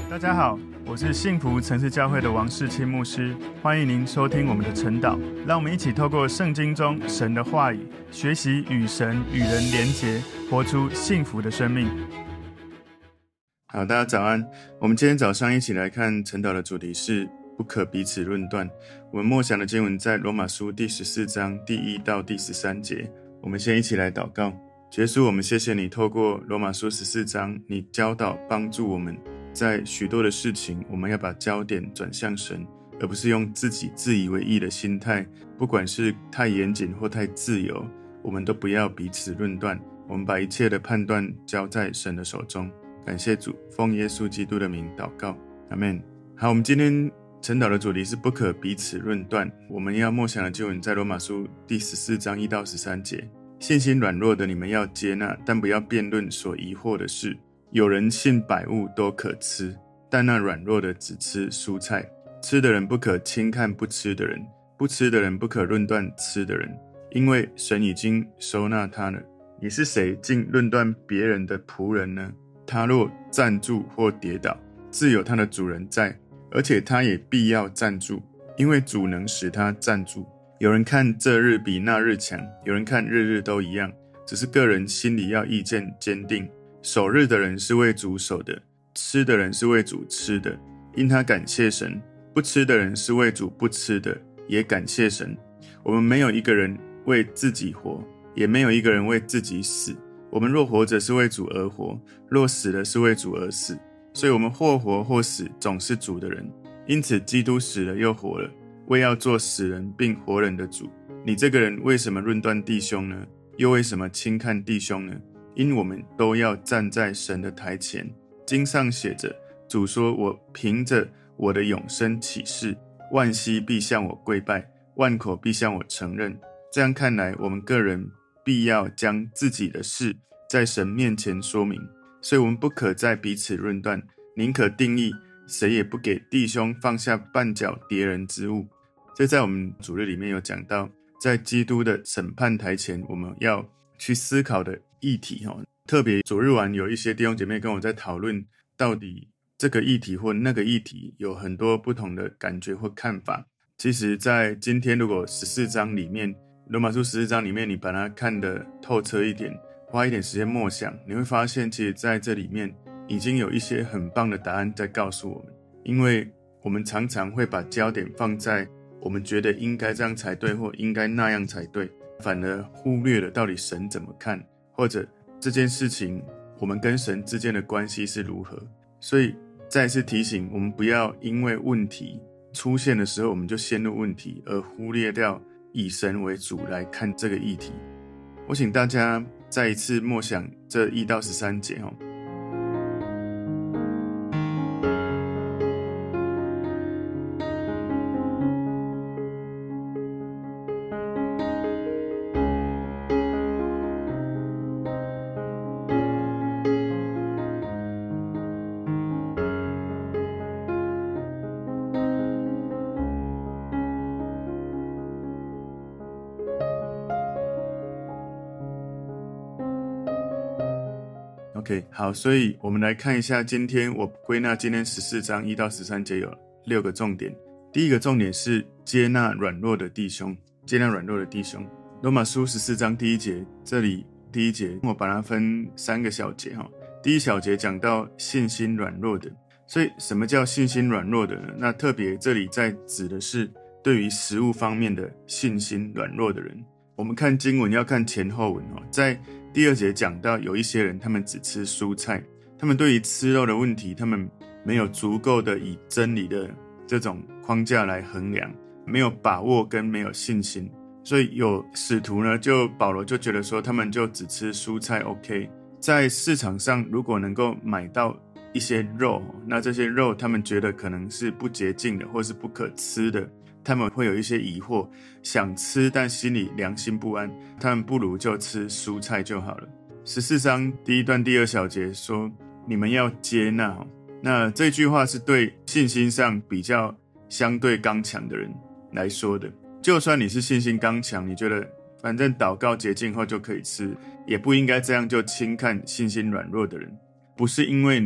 大家好，我是幸福城市教会的王世清牧师，欢迎您收听我们的晨祷。让我们一起透过圣经中神的话语，学习与神与人连结，活出幸福的生命。好，大家早安。我们今天早上一起来看晨祷的主题是不可彼此论断。我们默想的经文在罗马书第14章第1到第13节。我们先一起来祷告。主耶稣，我们谢谢你透过罗马书14章，你教导帮助我们在许多的事情，我们要把焦点转向神，而不是用自己自以为义的心态，不管是太严谨或太自由，我们都不要彼此论断，我们把一切的判断交在神的手中。感谢主，奉耶稣基督的名祷告，阿们。好，我们今天晨祷的主题是不可彼此论断。我们要默想的经文在罗马书第14章1到13节。信心软弱的你们要接纳，但不要辩论所疑惑的事。有人信百物都可吃，但那软弱的只吃蔬菜。吃的人不可轻看不吃的人，不吃的人不可论断吃的人，因为神已经收纳他了。你是谁竟论断别人的仆人呢？他若站住或跌倒，自有他的主人在，而且他也必要站住，因为主能使他站住。有人看这日比那日强，有人看日日都一样，只是个人心里要意见坚定。守日的人是为主守的，吃的人是为主吃的，因他感谢神；不吃的人是为主不吃的，也感谢神。我们没有一个人为自己活，也没有一个人为自己死。我们若活着是为主而活，若死了是为主而死。所以我们或活或死，总是主的人。因此基督死了又活了，为要做死人并活人的主。你这个人为什么论断弟兄呢？又为什么轻看弟兄呢？因我们都要站在神的台前。经上写着，主说，我凭着我的永生起誓，万膝必向我跪拜，万口必向我承认。这样看来，我们个人必要将自己的事在神面前说明。所以我们不可再彼此论断，宁可定义，谁也不给弟兄放下绊脚跌人之物。这在我们主日里面有讲到，在基督的审判台前，我们要去思考的议题。特别主日晚有一些弟兄姐妹跟我在讨论，到底这个议题或那个议题有很多不同的感觉或看法。其实在今天如果14章里面，罗马书14章里面，你把它看得透彻一点，花一点时间默想，你会发现其实在这里面已经有一些很棒的答案在告诉我们。因为我们常常会把焦点放在我们觉得应该这样才对，或应该那样才对，反而忽略了到底神怎么看，或者这件事情我们跟神之间的关系是如何。所以再次提醒我们，不要因为问题出现的时候我们就陷入问题，而忽略掉以神为主来看这个议题。我请大家再一次默想这1到13节。OK， 好，所以我们来看一下，今天我归纳今天14章1到13节有6个重点。第一个重点是接纳软弱的弟兄，接纳软弱的弟兄。罗马书14章第1节，这里第1节我把它分3个小节。第一小节讲到信心软弱的，所以什么叫信心软弱的呢？那特别这里在指的是对于食物方面的信心软弱的人。我们看经文要看前后文。在第2节讲到有一些人他们只吃蔬菜，他们对于吃肉的问题，他们没有足够的以真理的这种框架来衡量，没有把握跟没有信心。所以有使徒呢，保罗就觉得说他们就只吃蔬菜 OK。 在市场上如果能够买到一些肉，那这些肉他们觉得可能是不洁净的或是不可吃的，他们会有一些疑惑，想吃但心里良心不安，他们不如就吃蔬菜就好了。14章第1段第2小节说，你们要接纳。那这句话是对信心上比较相对刚强的人来说的。就算你是信心刚强，你觉得反正祷告洁净后就可以吃，也不应该这样就轻看信心软弱的人。不是因为你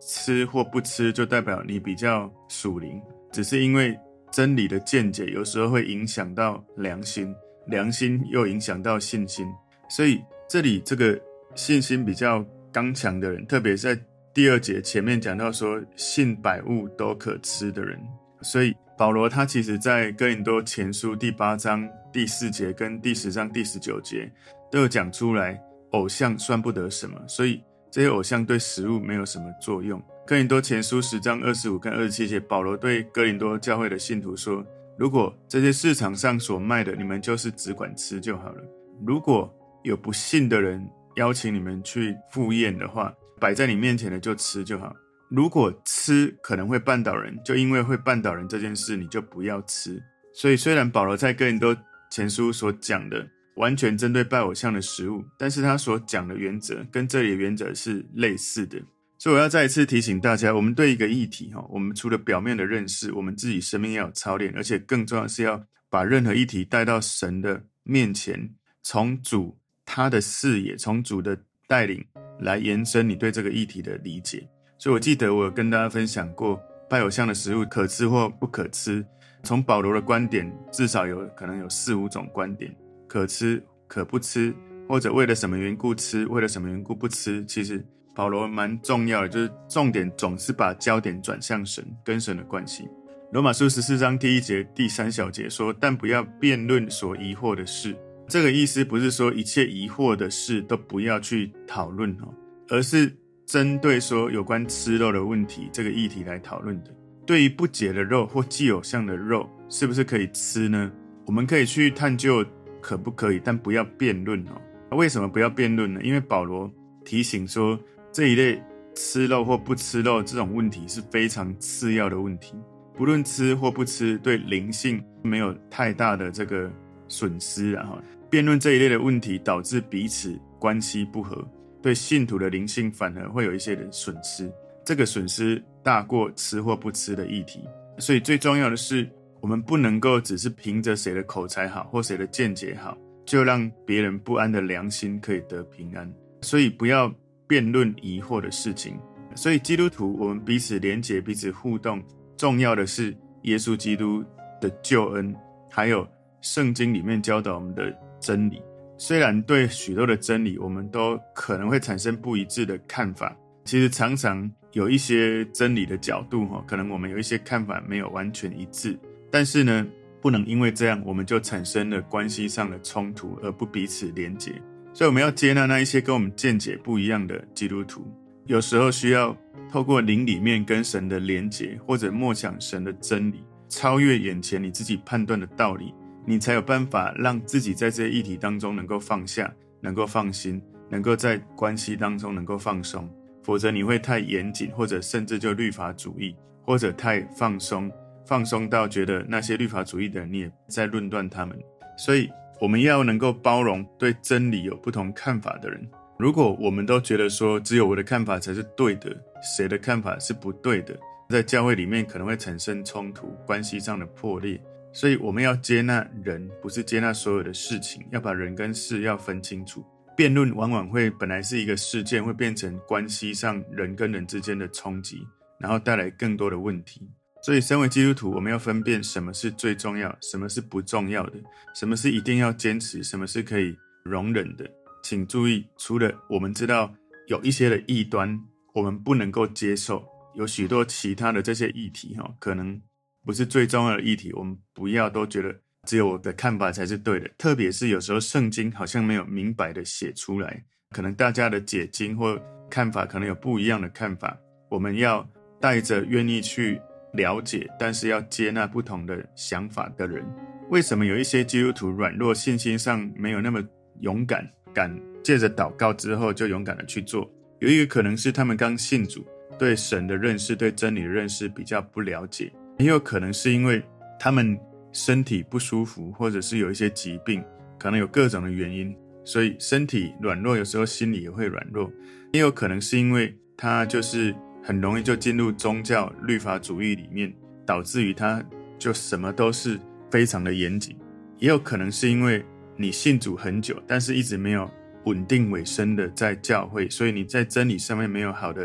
吃或不吃就代表你比较属灵，只是因为真理的见解有时候会影响到良心，良心又影响到信心，所以这里这个信心比较刚强的人，特别在第2节前面讲到说信百物都可吃的人，所以保罗他其实在哥林多前书第8章第4节跟第10章第19节都有讲出来，偶像算不得什么，所以这些偶像对食物没有什么作用。哥林多前书10章25跟27节，保罗对哥林多教会的信徒说，如果这些市场上所卖的你们就是只管吃就好了，如果有不信的人邀请你们去赴宴的话，摆在你面前的就吃就好，如果吃可能会绊倒人，就因为会绊倒人这件事你就不要吃。所以虽然保罗在哥林多前书所讲的完全针对拜偶像的食物，但是他所讲的原则跟这里的原则是类似的。所以我要再一次提醒大家，我们对一个议题，我们除了表面的认识，我们自己生命要有操练，而且更重要的是要把任何议题带到神的面前，从主他的视野，从主的带领来延伸你对这个议题的理解。所以我记得我有跟大家分享过拜偶像的食物可吃或不可吃，从保罗的观点至少可能有4-5种观点，可吃可不吃，或者为了什么缘故吃，为了什么缘故不吃。其实保罗蛮重要的，就是重点总是把焦点转向神跟神的关系。罗马书14章第1节第3小节说，但不要辩论所疑惑的事。这个意思不是说一切疑惑的事都不要去讨论，而是针对说有关吃肉的问题这个议题来讨论的。对于不洁的肉或祭偶像的肉是不是可以吃呢？我们可以去探究可不可以，但不要辩论。为什么不要辩论呢？因为保罗提醒说，这一类吃肉或不吃肉这种问题是非常次要的问题，不论吃或不吃，对灵性没有太大的这个损失。辩论这一类的问题导致彼此关系不和，对信徒的灵性反而会有一些的损失，这个损失大过吃或不吃的议题。所以最重要的是，我们不能够只是凭着谁的口才好或谁的见解好，就让别人不安的良心可以得平安。所以不要辩论疑惑的事情。所以基督徒我们彼此连结，彼此互动，重要的是耶稣基督的救恩，还有圣经里面教导我们的真理。虽然对许多的真理我们都可能会产生不一致的看法，其实常常有一些真理的角度可能我们有一些看法没有完全一致，但是呢，不能因为这样我们就产生了关系上的冲突而不彼此连结。所以我们要接纳那一些跟我们见解不一样的基督徒，有时候需要透过灵里面跟神的连结，或者默想神的真理，超越眼前你自己判断的道理，你才有办法让自己在这些议题当中能够放下，能够放心，能够在关系当中能够放松。否则你会太严谨，或者甚至就律法主义，或者太放松到觉得那些律法主义的人你也在论断他们。所以我们要能够包容对真理有不同看法的人。如果我们都觉得说只有我的看法才是对的，谁的看法是不对的，在教会里面可能会产生冲突，关系上的破裂。所以我们要接纳人，不是接纳所有的事情，要把人跟事要分清楚。辩论往往会本来是一个事件，会变成关系上人跟人之间的冲击，然后带来更多的问题。所以身为基督徒，我们要分辨什么是最重要，什么是不重要的，什么是一定要坚持，什么是可以容忍的。请注意，除了我们知道有一些的异端我们不能够接受，有许多其他的这些议题可能不是最重要的议题，我们不要都觉得只有我的看法才是对的。特别是有时候圣经好像没有明白的写出来，可能大家的解经或看法可能有不一样的看法，我们要带着愿意去了解，但是要接纳不同的想法的人。为什么有一些基督徒软弱，信心上没有那么勇敢，敢借着祷告之后就勇敢的去做？有一个可能是他们刚信主，对神的认识，对真理的认识比较不了解，也有可能是因为他们身体不舒服，或者是有一些疾病，可能有各种的原因，所以身体软弱，有时候心里也会软弱。也有可能是因为他就是很容易就进入宗教律法主义里面，导致于他就什么都是非常的严谨。也有可能是因为你信主很久，但是一直没有稳定委身的在教会，所以你在真理上面没有好的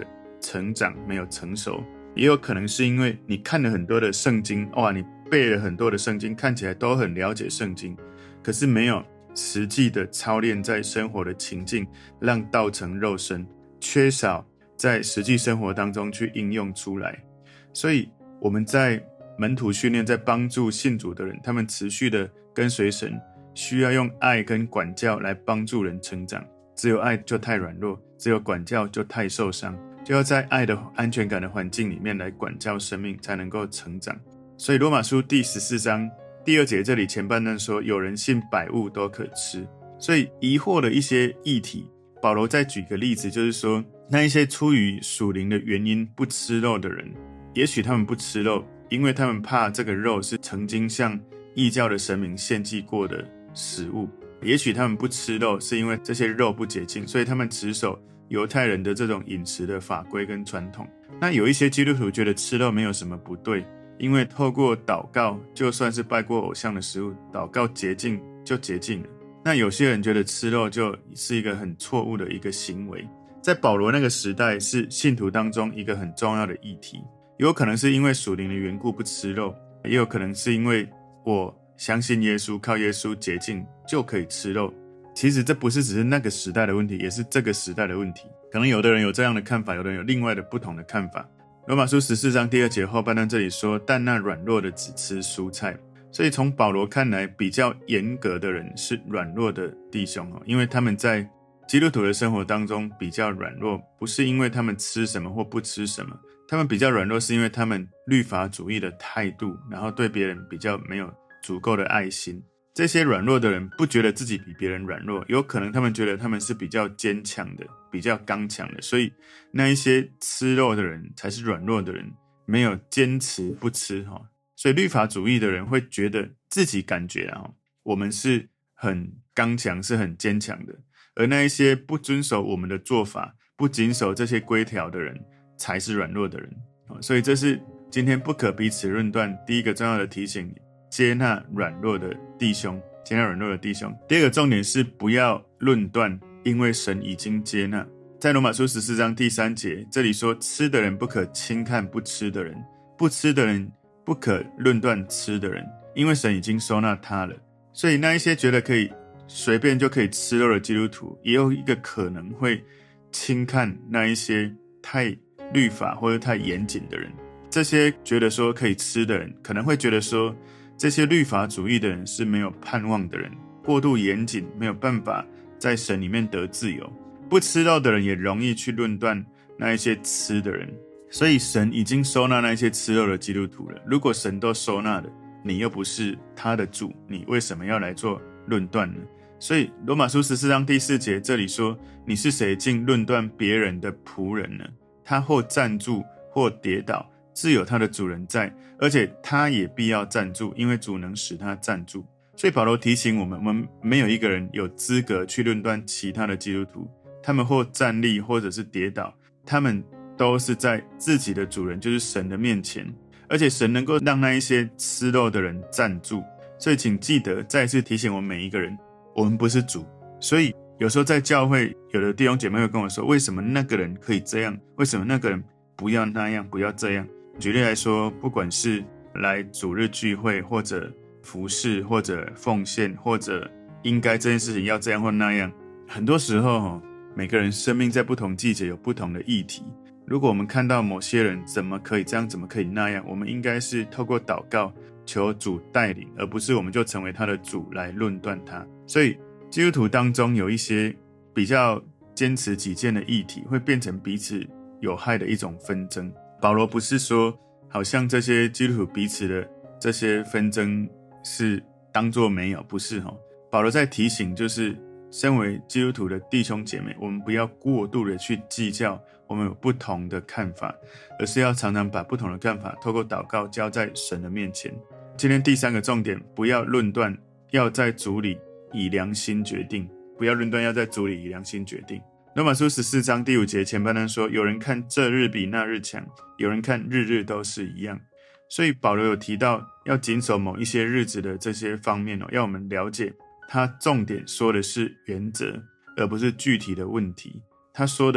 成长，没有成熟，也有可能是因为你看了很多的圣经，哇，你背了很多的圣经，看起来都很了解圣经，可是没有实际的操练在生活的情境，让道成肉身，缺少在实际生活当中去应用出来。所以我们在门徒训练，在帮助信主的人，他们持续的跟随神，需要用爱跟管教来帮助人成长。只有爱就太软弱，只有管教就太受伤，就要在爱的安全感的环境里面来管教生命，才能够成长。所以罗马书第14章第2节这里前半段说，有人信百物都可吃。所以疑惑的一些议题，保罗再举个例子，就是说那一些出于属灵的原因不吃肉的人，也许他们不吃肉，因为他们怕这个肉是曾经向异教的神明献祭过的食物，也许他们不吃肉是因为这些肉不洁净，所以他们持守犹太人的这种饮食的法规跟传统。那有一些基督徒觉得吃肉没有什么不对，因为透过祷告，就算是拜过偶像的食物，祷告洁净就洁净了。那有些人觉得吃肉就是一个很错误的一个行为，在保罗那个时代是信徒当中一个很重要的议题，有可能是因为属灵的缘故不吃肉，也有可能是因为我相信耶稣，靠耶稣洁净就可以吃肉。其实这不是只是那个时代的问题，也是这个时代的问题。可能有的人有这样的看法，有的人有另外的不同的看法。罗马书14章第2节后半段这里说，但那软弱的只吃蔬菜。所以从保罗看来，比较严格的人是软弱的弟兄，因为他们在基督徒的生活当中比较软弱，不是因为他们吃什么或不吃什么，他们比较软弱是因为他们律法主义的态度，然后对别人比较没有足够的爱心。这些软弱的人不觉得自己比别人软弱，有可能他们觉得他们是比较坚强的，比较刚强的，所以那一些吃肉的人才是软弱的人，没有坚持不吃。所以律法主义的人会觉得自己感觉我们是很刚强，是很坚强的，而那一些不遵守我们的做法，不谨守这些规条的人才是软弱的人。所以这是今天不可彼此论断第一个重要的提醒，接纳软弱的弟兄，接纳软弱的弟兄。第二个重点是不要论断，因为神已经接纳。在罗马书14章第3节这里说，吃的人不可轻看不吃的人，不吃的人不可论断吃的人，因为神已经收纳他了。所以那一些觉得可以随便就可以吃肉的基督徒，也有一个可能会轻看那一些太律法或者太严谨的人。这些觉得说可以吃的人，可能会觉得说这些律法主义的人是没有盼望的人，过度严谨，没有办法在神里面得自由。不吃肉的人也容易去论断那一些吃的人，所以神已经收纳那些吃肉的基督徒了。如果神都收纳了，你又不是他的主，你为什么要来做论断呢？所以罗马书14章第4节这里说，你是谁竟论断别人的仆人呢？他或站住或跌倒，自有他的主人在，而且他也必要站住，因为主能使他站住。所以保罗提醒我们没有一个人有资格去论断其他的基督徒，他们或站立或者是跌倒，他们都是在自己的主人就是神的面前，而且神能够让那一些吃肉的人站住。所以请记得再一次提醒我们每一个人，我们不是主。所以有时候在教会，有的弟兄姐妹会跟我说，为什么那个人可以这样，为什么那个人不要那样，不要这样。举例来说，不管是来主日聚会，或者服事，或者奉献，或者应该这件事情要这样或那样，很多时候每个人生命在不同季节有不同的议题。如果我们看到某些人怎么可以这样，怎么可以那样，我们应该是透过祷告求主带领，而不是我们就成为他的主来论断他。所以基督徒当中有一些比较坚持己见的议题，会变成彼此有害的一种纷争。保罗不是说好像这些基督徒彼此的这些纷争是当作没有，不是。保罗在提醒，就是身为基督徒的弟兄姐妹，我们不要过度的去计较我们有不同的看法，而是要常常把不同的看法透过祷告交在神的面前。今天第3个重点，不要论断，要在主里以良心决定。不要论断，要在主里以良心决定。罗马书14章第5节前半段说，有人看这日比那日强，有人看日日都是一样。所以保罗有提到要谨守某一些日子的这些方面，要我们了解他重点说的是原则，而不是具体的问题。他说的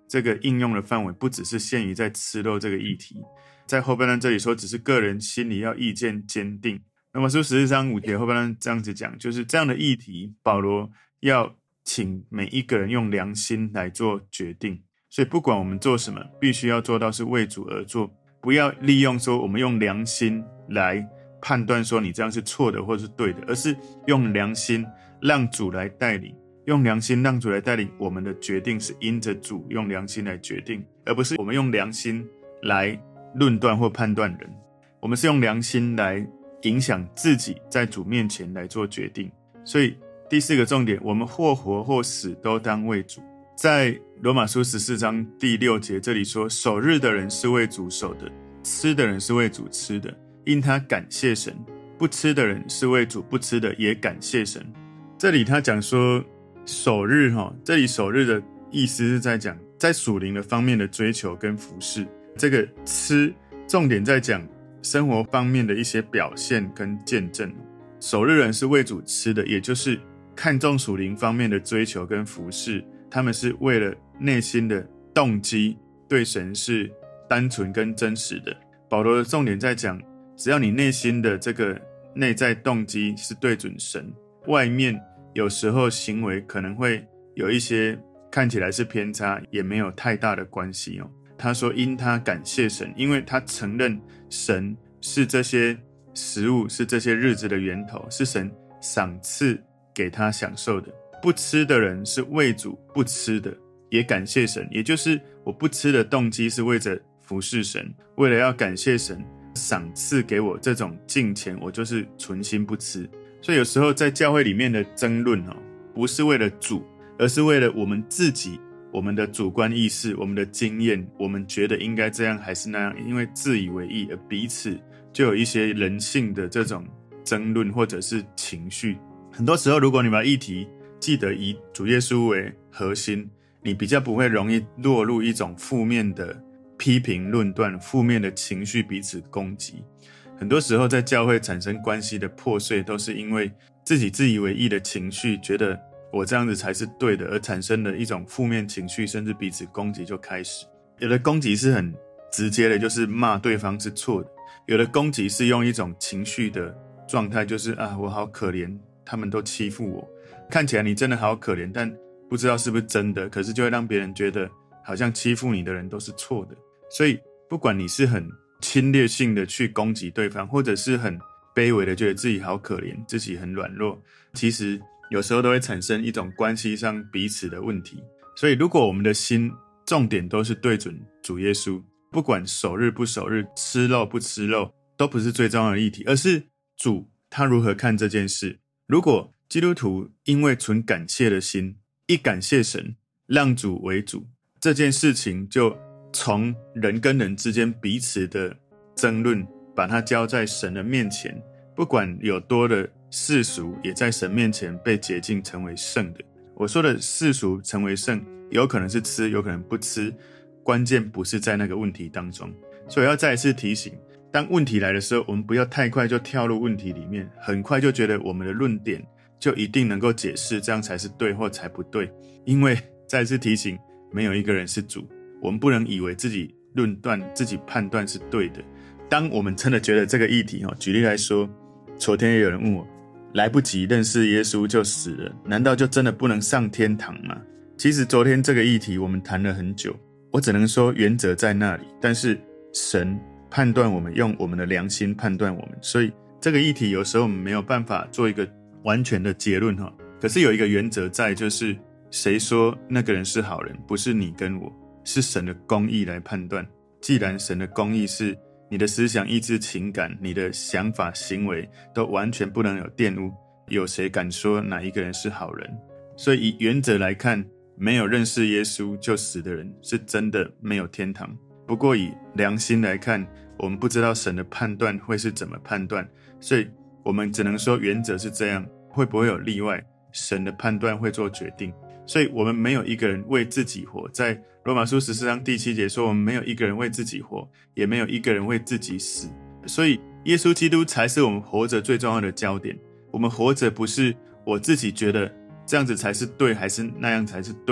这个应用的范围不只是限于在吃肉这个议题，在后半段这里说只是个人心里要意见坚定。罗马书14章5节后半段这样子讲，就是这样的议题保罗要请每一个人用良心来做决定。所以不管我们做什么，必须要做到是为主而做，不要利用说我们用良心来判断说你这样是错的或是对的，而是用良心让主来带领，用良心让主来带领，我们的决定是因着主用良心来决定，而不是我们用良心来论断或判断人。我们是用良心来影响自己在主面前来做决定。所以第4个重点，我们或活或死都当为主。在罗马书14章第6节这里说，守日的人是为主守的，吃的人是为主吃的，因他感谢神；不吃的人是为主不吃的，也感谢神。这里他讲说守日，这里守日的意思是在讲在属灵的方面的追求跟服事。这个吃重点在讲生活方面的一些表现跟见证。守日人是为主吃的，也就是看重属灵方面的追求跟服事，他们是为了内心的动机对神是单纯跟真实的。保罗的重点在讲，只要你内心的这个内在动机是对准神，外面有时候行为可能会有一些看起来是偏差，也没有太大的关系。他说因他感谢神，因为他承认神是这些食物，是这些日子的源头，是神赏赐给他享受的。不吃的人是为主不吃的，也感谢神，也就是我不吃的动机是为着服侍神，为了要感谢神赏赐给我这种敬虔，我就是存心不吃。所以有时候在教会里面的争论不是为了主，而是为了我们自己，我们的主观意识，我们的经验，我们觉得应该这样还是那样，因为自以为意而彼此就有一些人性的这种争论或者是情绪。很多时候如果你把议题记得以主耶稣为核心，你比较不会容易落入一种负面的批评论断，负面的情绪彼此攻击。很多时候在教会产生关系的破碎，都是因为自己自以为意的情绪，觉得我这样子才是对的，而产生了一种负面情绪，甚至彼此攻击就开始。有的攻击是很直接的，就是骂对方是错的；有的攻击是用一种情绪的状态，就是我好可怜，他们都欺负我，看起来你真的好可怜，但不知道是不是真的，可是就会让别人觉得好像欺负你的人都是错的。所以不管你是很侵略性的去攻击对方，或者是很卑微的觉得自己好可怜，自己很软弱，其实有时候都会产生一种关系上彼此的问题。所以如果我们的心重点都是对准主耶稣，不管守日不守日，吃肉不吃肉，都不是最重要的议题，而是主他如何看这件事。如果基督徒因为存感谢的心，一感谢神，让主为主，这件事情就从人跟人之间彼此的争论，把它交在神的面前，不管有多的世俗，也在神面前被洁净成为圣的。我说的世俗成为圣，有可能是吃，有可能不吃，关键不是在那个问题当中。所以要再一次提醒，当问题来的时候，我们不要太快就跳入问题里面，很快就觉得我们的论点就一定能够解释这样才是对或才不对。因为再一次提醒，没有一个人是主，我们不能以为自己论断自己判断是对的。当我们真的觉得这个议题，举例来说，昨天也有人问我，来不及认识耶稣就死了，难道就真的不能上天堂吗？其实昨天这个议题我们谈了很久，我只能说原则在那里，但是神判断我们，用我们的良心判断我们，所以这个议题有时候我们没有办法做一个完全的结论。可是有一个原则在，就是谁说那个人是好人，不是你跟我，是神的公义来判断。既然神的公义是你的思想、意志、情感，你的想法、行为都完全不能有玷污，有谁敢说哪一个人是好人？所以以原则来看，没有认识耶稣就死的人是真的没有天堂。不过以良心来看，我们不知道神的判断会是怎么判断，所以我们只能说原则是这样，会不会有例外，神的判断会做决定。所以我们没有一个人为自己活，在罗马书14章第7节说，我们没有一个人为自己活，也没有一个人为自己死。所以耶稣基督才是我们活着最重要的焦点。我们活着不是我自己觉得这样子才是对，还是那样才是对，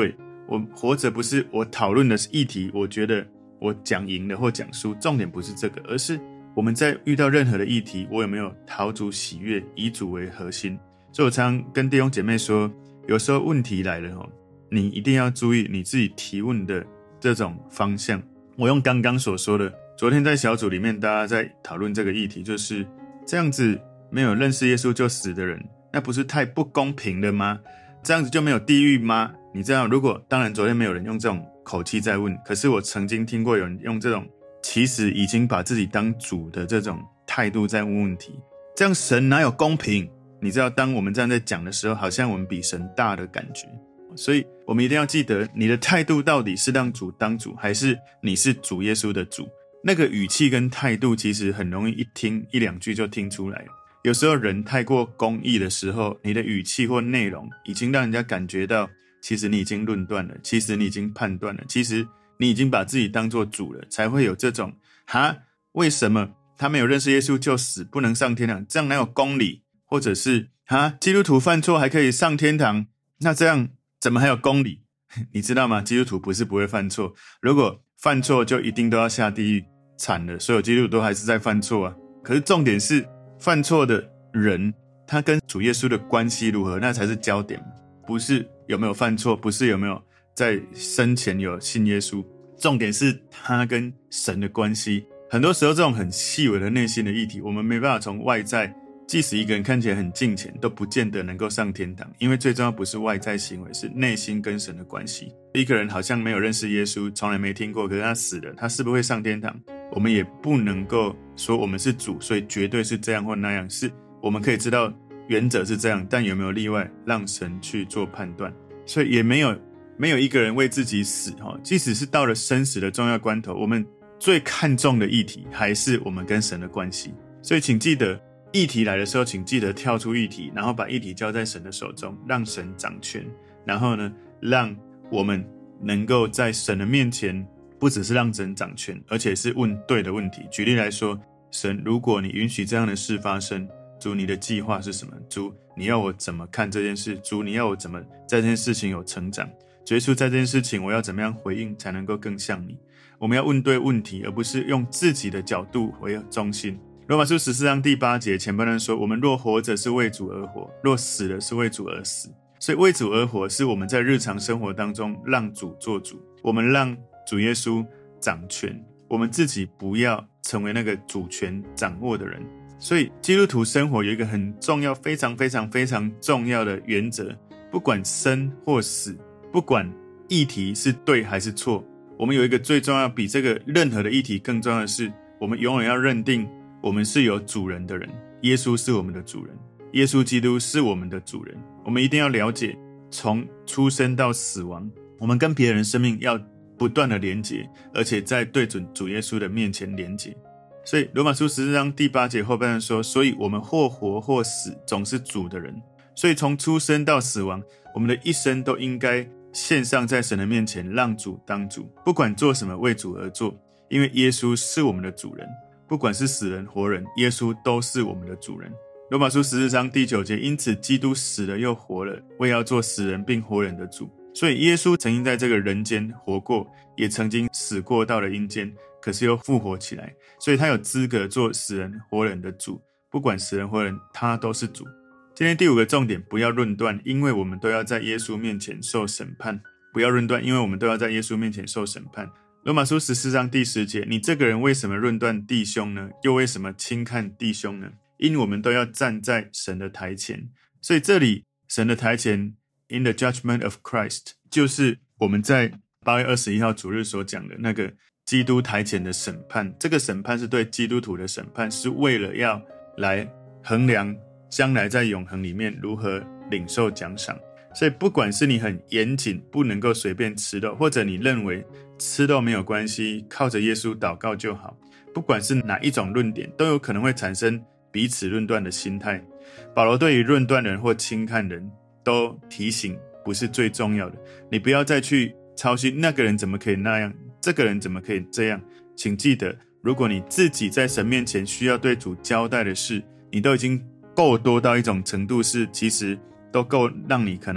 我活着不是我讨论的议题，我觉得我讲赢了或讲输，重点不是这个，而是我们在遇到任何的议题，我有没有讨主喜悦，以主为核心。所以我常常跟弟兄姐妹说，有时候问题来了，你一定要注意你自己提问的这种方向。我用刚刚所说的，昨天在小组里面大家在讨论这个议题，就是这样子没有认识耶稣就死的人，那不是太不公平了吗？这样子就没有地狱吗？你这样，如果当然昨天没有人用这种口气在问，可是我曾经听过有人用这种其实已经把自己当主的这种态度在问问题，这样神哪有公平？你知道当我们这样在讲的时候，好像我们比神大的感觉。所以我们一定要记得，你的态度到底是让主当主，还是你是主耶稣的主？那个语气跟态度其实很容易一听一两句就听出来了。有时候人太过公义的时候，你的语气或内容已经让人家感觉到，其实你已经论断了，其实你已经判断了，其实你已经把自己当作主了，才会有这种为什么他没有认识耶稣就死，不能上天堂？这样哪有公理？或者是基督徒犯错还可以上天堂，那这样怎么还有公理？你知道吗？基督徒不是不会犯错，如果犯错就一定都要下地狱，惨了，所有基督徒都还是在犯错啊。可是重点是犯错的人他跟主耶稣的关系如何，那才是焦点，不是有没有犯错，不是有没有在生前有信耶稣，重点是他跟神的关系。很多时候这种很细微的内心的议题，我们没办法从外在，即使一个人看起来很敬虔，都不见得能够上天堂，因为最重要不是外在行为，是内心跟神的关系。一个人好像没有认识耶稣，从来没听过，可是他死了，他是不是会上天堂？我们也不能够说我们是主，所以绝对是这样或那样，是我们可以知道原则是这样，但有没有例外，让神去做判断。所以也没有一个人为自己死，即使是到了生死的重要关头，我们最看重的议题还是我们跟神的关系。所以请记得，议题来的时候，请记得跳出议题，然后把议题交在神的手中，让神掌权，然后呢，让我们能够在神的面前，不只是让神掌权，而且是问对的问题。举例来说，神，如果你允许这样的事发生，主，你的计划是什么？主，你要我怎么看这件事？主，你要我怎么在这件事情有成长？主耶稣，在这件事情我要怎么样回应才能够更像你？我们要问对问题，而不是用自己的角度为中心。罗马书14章第8节前半段说，我们若活着是为主而活，若死了是为主而死。所以为主而活是我们在日常生活当中让主做主，我们让主耶稣掌权，我们自己不要成为那个主权掌握的人。所以基督徒生活有一个很重要，非常非常非常重要的原则，不管生或死，不管议题是对还是错，我们有一个最重要，比这个任何的议题更重要的是，我们永远要认定我们是有主人的人，耶稣是我们的主人，耶稣基督是我们的主人。我们一定要了解，从出生到死亡，我们跟别人生命要不断的连结，而且在对准主耶稣的面前连结。所以罗马书14章第8节后半段说，所以我们或活或死，总是主的人。所以从出生到死亡，我们的一生都应该献上在神的面前，让主当主，不管做什么为主而做，因为耶稣是我们的主人，不管是死人活人，耶稣都是我们的主人。罗马书14章第9节，因此基督死了又活了，为要做死人并活人的主。所以耶稣曾经在这个人间活过，也曾经死过到了阴间，可是又复活起来，所以他有资格做死人活人的主，不管死人活人，他都是主。今天第5个重点，不要论断，因为我们都要在耶稣面前受审判。不要论断，因为我们都要在耶稣面前受审判。罗马书14章第10节，你这个人为什么论断弟兄呢？又为什么轻看弟兄呢？因我们都要站在神的台前。所以这里神的台前 in the judgment of Christ， 就是我们在8月21号主日所讲的那个基督台前的审判。这个审判是对基督徒的审判，是为了要来衡量将来在永恒里面如何领受奖赏。所以不管是你很严谨，不能够随便吃肉，或者你认为吃肉没有关系，靠着耶稣祷告就好，不管是哪一种论点，都有可能会产生彼此论断的心态。保罗对于论断人或轻看人都提醒，不是最重要的，你不要再去操心那个人怎么可以那样，这个人怎么可以这样。请记得，如果你自己在神面前需要对主交代的事，你都已经够多到一种程度，是其实都够让你可能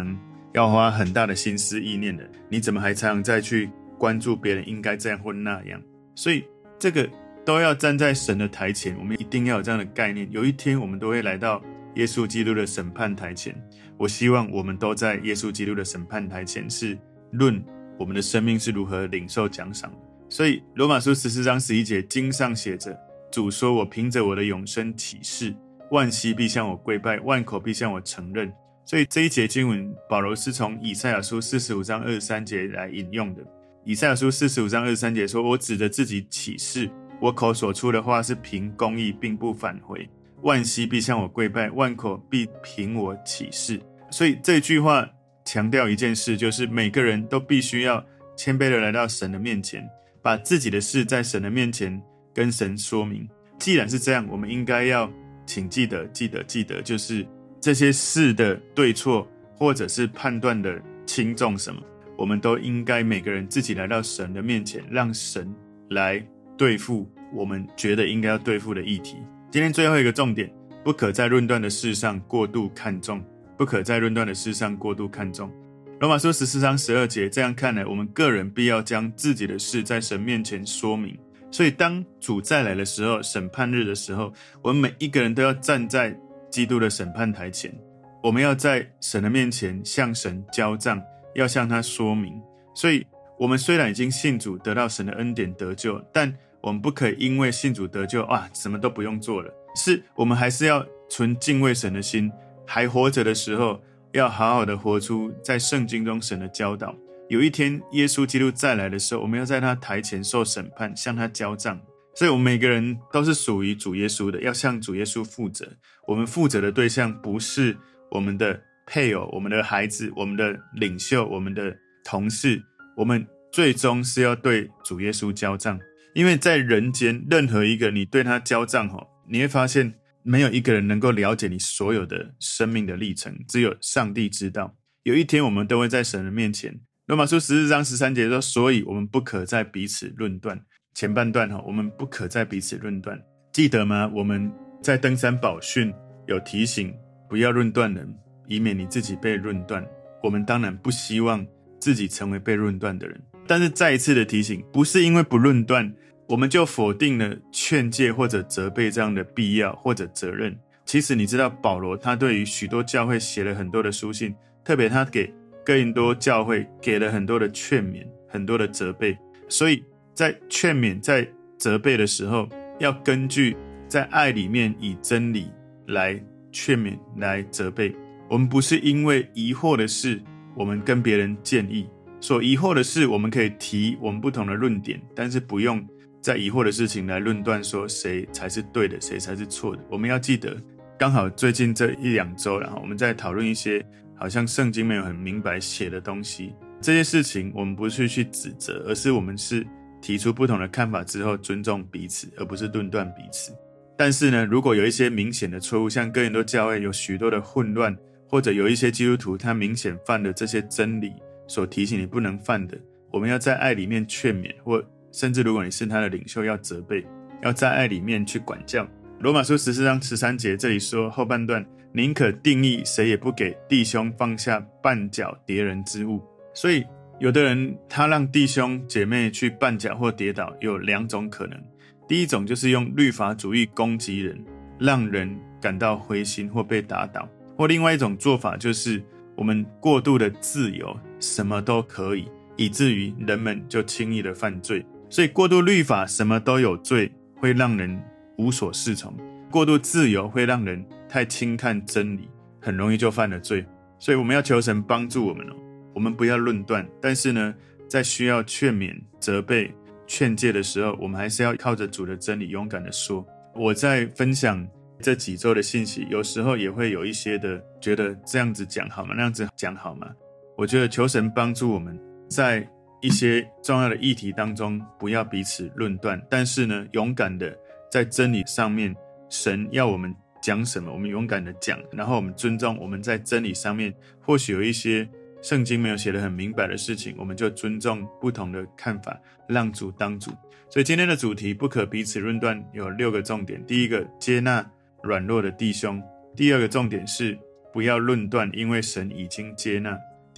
要花很大的心思意念的，你怎么还常常再去关注别人应该这样或那样？所以这个都要站在神的台前，我们一定要有这样的概念。有一天我们都会来到耶稣基督的审判台前，我希望我们都在耶稣基督的审判台前，是论我们的生命是如何领受奖赏的。所以罗马书14章11节经上写着，主说，我凭着我的永生起誓，万膝必向我跪拜，万口必向我承认。所以这一节经文保罗是从以赛亚书45章23节来引用的。以赛亚书45章23节说，我指着自己起誓，我口所出的话是凭公义并不返回，万膝必向我跪拜，万口必凭我起誓。所以这句话强调一件事，就是每个人都必须要谦卑的来到神的面前，把自己的事在神的面前跟神说明。既然是这样，我们应该要请记得，就是这些事的对错或者是判断的轻重什么，我们都应该每个人自己来到神的面前，让神来对付我们觉得应该要对付的议题。今天最后一个重点，不可在论断的事上过度看重，不可在论断的事上过度看重。罗马书14章12节，这样看来，我们个人必要将自己的事在神面前说明。所以当主再来的时候，审判日的时候，我们每一个人都要站在基督的审判台前，我们要在神的面前向神交账，要向他说明。所以我们虽然已经信主，得到神的恩典得救，但我们不可以因为信主得救什么都不用做了，是我们还是要存敬畏神的心，还活着的时候要好好的活出在圣经中神的教导。有一天耶稣基督再来的时候，我们要在他台前受审判，向他交账。所以我们每个人都是属于主耶稣的，要向主耶稣负责。我们负责的对象不是我们的配偶、我们的孩子、我们的领袖、我们的同事，我们最终是要对主耶稣交账。因为在人间任何一个你对他交账，你会发现没有一个人能够了解你所有的生命的历程，只有上帝知道。有一天我们都会在神的面前。罗马书14章13节说，所以我们不可再彼此论断。前半段我们不可再彼此论断，记得吗？我们在登山宝训有提醒不要论断人，以免你自己被论断。我们当然不希望自己成为被论断的人，但是再一次的提醒，不是因为不论断我们就否定了劝诫或者责备这样的必要或者责任。其实你知道保罗他对于许多教会写了很多的书信，特别他给哥林多教会给了很多的劝勉，很多的责备。所以在劝勉在责备的时候，要根据在爱里面以真理来劝勉来责备。我们不是因为疑惑的事我们跟别人建议，所疑惑的事我们可以提我们不同的论点，但是不用在疑惑的事情来论断说谁才是对的谁才是错的。我们要记得，刚好最近这1-2周我们在讨论一些好像圣经没有很明白写的东西，这些事情我们不是去指责，而是我们是提出不同的看法之后尊重彼此，而不是论断彼此。但是呢，如果有一些明显的错误，像哥林多教会有许多的混乱，或者有一些基督徒他明显犯了这些真理所提醒你不能犯的，我们要在爱里面劝勉，或甚至如果你是他的领袖要责备，要在爱里面去管教。罗马书14章13节这里说后半段，宁可定义谁也不给弟兄放下绊脚跌人之物。所以有的人他让弟兄姐妹去绊脚或跌倒，有2种可能。第一种就是用律法主义攻击人，让人感到灰心或被打倒，或另外一种做法就是我们过度的自由，什么都可以，以至于人们就轻易的犯罪。所以过度律法什么都有罪，会让人无所适从；过度自由会让人太轻看真理，很容易就犯了罪。所以我们要求神帮助我们我们不要论断，但是呢，在需要劝勉、责备、劝诫的时候，我们还是要靠着主的真理勇敢的说。我在分享这几周的信息，有时候也会有一些的觉得这样子讲好吗？那样子讲好吗？我觉得求神帮助我们在一些重要的议题当中不要彼此论断，但是呢，勇敢的在真理上面，神要我们讲什么我们勇敢的讲，然后我们尊重我们在真理上面或许有一些圣经没有写得很明白的事情，我们就尊重不同的看法，让主当主。所以今天的主题不可彼此论断有6个重点。第一个，接纳软弱的弟兄。第二个重点是不要论断，因为神已经接纳。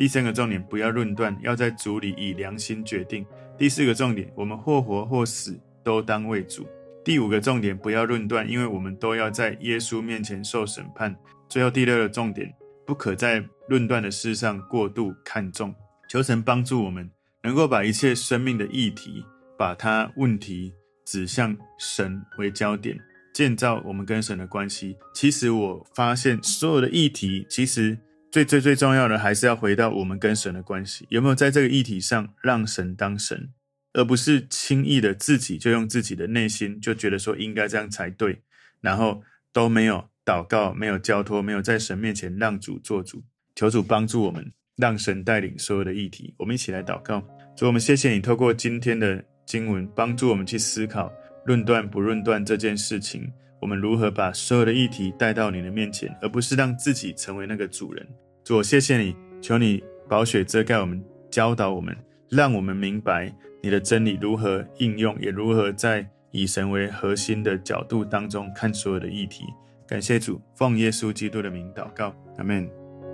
第3个重点，不要论断，要在主里以良心决定。第4个重点，我们或活或死都当为主。第5个重点，不要论断，因为我们都要在耶稣面前受审判。最后第6个重点，不可在论断的事上过度看重。求神帮助我们能够把一切生命的议题，把它问题指向神为焦点，建造我们跟神的关系。其实我发现所有的议题，其实最重要的还是要回到我们跟神的关系，有没有在这个议题上让神当神，而不是轻易的自己就用自己的内心就觉得说应该这样才对，然后都没有祷告，没有交托，没有在神面前让主做主。求主帮助我们，让神带领所有的议题。我们一起来祷告。主，我们谢谢你透过今天的经文帮助我们去思考论断不论断这件事情，我们如何把所有的议题带到你的面前，而不是让自己成为那个主人。主，我谢谢你，求你宝血遮盖我们，教导我们，让我们明白你的真理如何应用，也如何在以神为核心的角度当中看所有的议题。感谢主，奉耶稣基督的名祷告，阿们。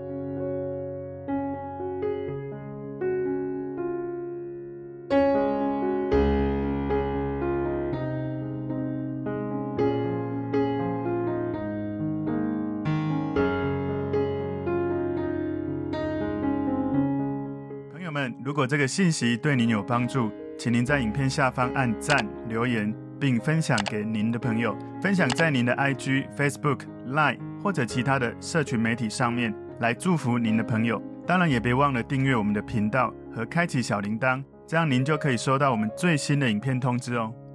如果这个信息对您有帮助，请您在影片下方按赞、留言，并分享给您的朋友，分享在您的 IG、Facebook、Line 或者其他的社群媒体上面，来祝福您的朋友。当然也别忘了订阅我们的频道和开启小铃铛，这样您就可以收到我们最新的影片通知哦。